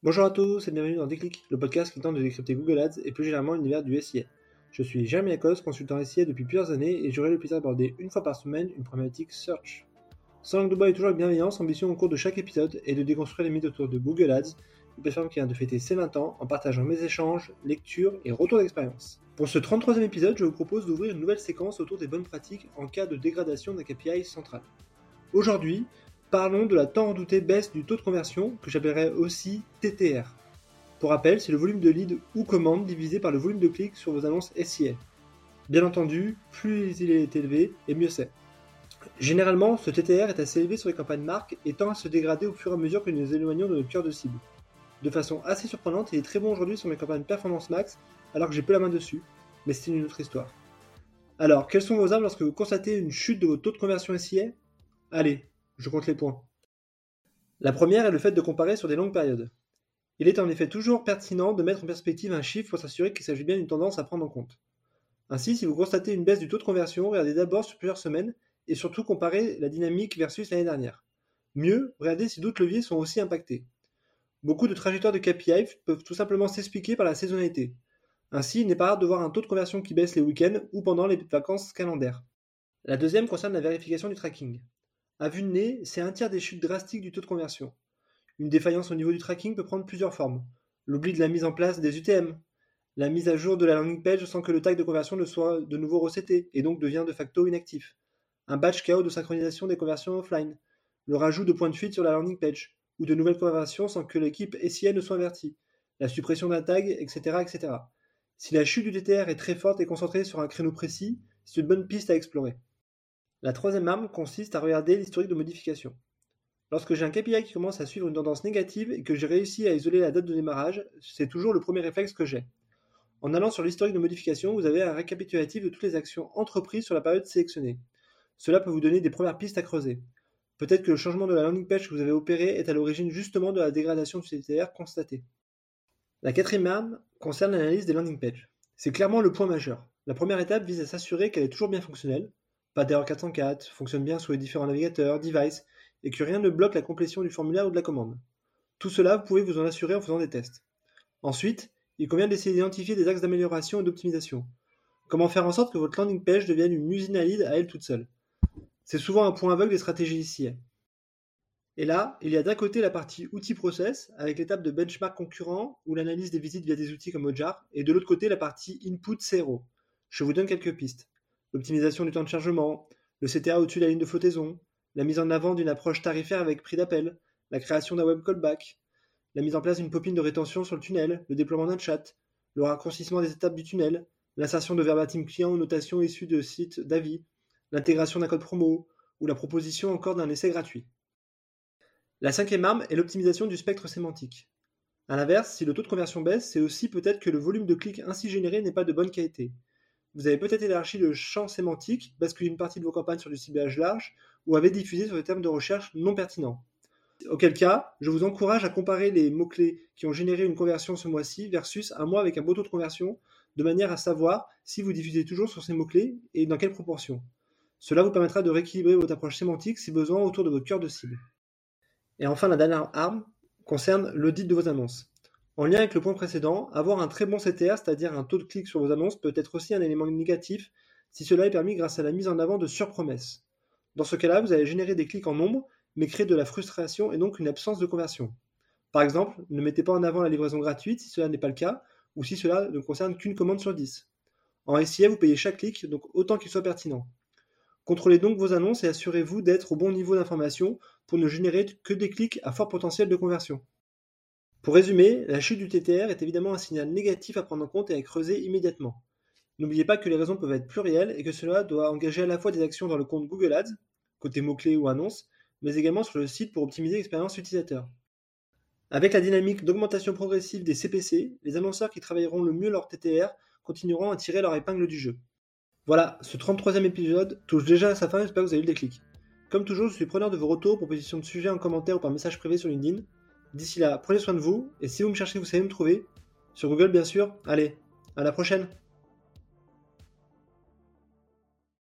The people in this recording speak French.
Bonjour à tous et bienvenue dans Déclic, le podcast qui tente de décrypter Google Ads et plus généralement l'univers du SIA. Je suis Jérémy Lacoste, consultant SIA depuis plusieurs années et j'aurai le plaisir d'aborder une fois par semaine une problématique search. Sans langue de bois et toujours avec bienveillance, ambition au cours de chaque épisode est de déconstruire les mythes autour de Google Ads, une plateforme qui vient de fêter ses 20 ans en partageant mes échanges, lectures et retours d'expérience. Pour ce 33e épisode, je vous propose d'ouvrir une nouvelle séquence autour des bonnes pratiques en cas de dégradation d'un KPI central. Aujourd'hui, parlons de la tant redoutée baisse du taux de conversion, que j'appellerais aussi TTR. Pour rappel, c'est le volume de leads ou commandes divisé par le volume de clics sur vos annonces SIA. Bien entendu, plus il est élevé, et mieux c'est. Généralement, ce TTR est assez élevé sur les campagnes marques et tend à se dégrader au fur et à mesure que nous nous éloignons de notre cœur de cible. De façon assez surprenante, il est très bon aujourd'hui sur mes campagnes Performance Max, alors que j'ai peu la main dessus, mais c'est une autre histoire. Alors, quelles sont vos armes lorsque vous constatez une chute de votre taux de conversion SIA ? Allez, je compte les points. La première est le fait de comparer sur des longues périodes. Il est en effet toujours pertinent de mettre en perspective un chiffre pour s'assurer qu'il s'agit bien d'une tendance à prendre en compte. Ainsi, si vous constatez une baisse du taux de conversion, regardez d'abord sur plusieurs semaines et surtout comparez la dynamique versus l'année dernière. Mieux, regardez si d'autres leviers sont aussi impactés. Beaucoup de trajectoires de KPI peuvent tout simplement s'expliquer par la saisonnalité. Ainsi, il n'est pas rare de voir un taux de conversion qui baisse les week-ends ou pendant les vacances calendaires. La deuxième concerne la vérification du tracking. À vue de nez, c'est un tiers des chutes drastiques du taux de conversion. Une défaillance au niveau du tracking peut prendre plusieurs formes. L'oubli de la mise en place des UTM, la mise à jour de la landing page sans que le tag de conversion ne soit de nouveau reseté et donc devient de facto inactif, un batch KO de synchronisation des conversions offline, le rajout de points de fuite sur la landing page, ou de nouvelles conversions sans que l'équipe SIA ne soit avertie, la suppression d'un tag, etc., etc. Si la chute du TTR est très forte et concentrée sur un créneau précis, c'est une bonne piste à explorer. La troisième arme consiste à regarder l'historique de modification. Lorsque j'ai un KPI qui commence à suivre une tendance négative et que j'ai réussi à isoler la date de démarrage, c'est toujours le premier réflexe que j'ai. En allant sur l'historique de modification, vous avez un récapitulatif de toutes les actions entreprises sur la période sélectionnée. Cela peut vous donner des premières pistes à creuser. Peut-être que le changement de la landing page que vous avez opéré est à l'origine justement de la dégradation du CTR constatée. La quatrième arme concerne l'analyse des landing pages. C'est clairement le point majeur. La première étape vise à s'assurer qu'elle est toujours bien fonctionnelle, pas d'erreur 404, fonctionne bien sur les différents navigateurs, devices, et que rien ne bloque la complétion du formulaire ou de la commande. Tout cela, vous pouvez vous en assurer en faisant des tests. Ensuite, il convient d'essayer d'identifier des axes d'amélioration et d'optimisation. Comment faire en sorte que votre landing page devienne une usine à leads à elle toute seule. C'est souvent un point aveugle des stratégies ici. Et là, il y a d'un côté la partie outils process, avec l'étape de benchmark concurrent ou l'analyse des visites via des outils comme Hotjar, et de l'autre côté la partie input CRO. Je vous donne quelques pistes. L'optimisation du temps de chargement, le CTA au-dessus de la ligne de flottaison, la mise en avant d'une approche tarifaire avec prix d'appel, la création d'un web callback, la mise en place d'une popine de rétention sur le tunnel, le déploiement d'un chat, le raccourcissement des étapes du tunnel, l'insertion de verbatim client ou notations issues de sites d'avis, l'intégration d'un code promo, ou la proposition encore d'un essai gratuit. La cinquième arme est l'optimisation du spectre sémantique. A l'inverse, si le taux de conversion baisse, c'est aussi peut-être que le volume de clics ainsi généré n'est pas de bonne qualité. Vous avez peut-être élargi le champ sémantique, basculé une partie de vos campagnes sur du ciblage large, ou avez diffusé sur des termes de recherche non pertinents. Auquel cas, je vous encourage à comparer les mots-clés qui ont généré une conversion ce mois-ci versus un mois avec un beau taux de conversion, de manière à savoir si vous diffusez toujours sur ces mots-clés et dans quelle proportion. Cela vous permettra de rééquilibrer votre approche sémantique si besoin autour de votre cœur de cible. Et enfin, la dernière arme concerne l'audit de vos annonces. En lien avec le point précédent, avoir un très bon CTR, c'est-à-dire un taux de clic sur vos annonces, peut être aussi un élément négatif si cela est permis grâce à la mise en avant de surpromesses. Dans ce cas-là, vous allez générer des clics en nombre, mais créer de la frustration et donc une absence de conversion. Par exemple, ne mettez pas en avant la livraison gratuite si cela n'est pas le cas, ou si cela ne concerne qu'une commande sur 10. En SIA, vous payez chaque clic, donc autant qu'il soit pertinent. Contrôlez donc vos annonces et assurez-vous d'être au bon niveau d'information pour ne générer que des clics à fort potentiel de conversion. Pour résumer, la chute du TTR est évidemment un signal négatif à prendre en compte et à creuser immédiatement. N'oubliez pas que les raisons peuvent être plurielles et que cela doit engager à la fois des actions dans le compte Google Ads, côté mots-clés ou annonces, mais également sur le site pour optimiser l'expérience utilisateur. Avec la dynamique d'augmentation progressive des CPC, les annonceurs qui travailleront le mieux leur TTR continueront à tirer leur épingle du jeu. Voilà, ce 33e épisode touche déjà à sa fin, j'espère que vous avez eu le déclic. Comme toujours, je suis preneur de vos retours, propositions de sujets en commentaire ou par message privé sur LinkedIn. D'ici là, prenez soin de vous, et si vous me cherchez, vous savez me trouver. Sur Google, bien sûr. Allez, à la prochaine!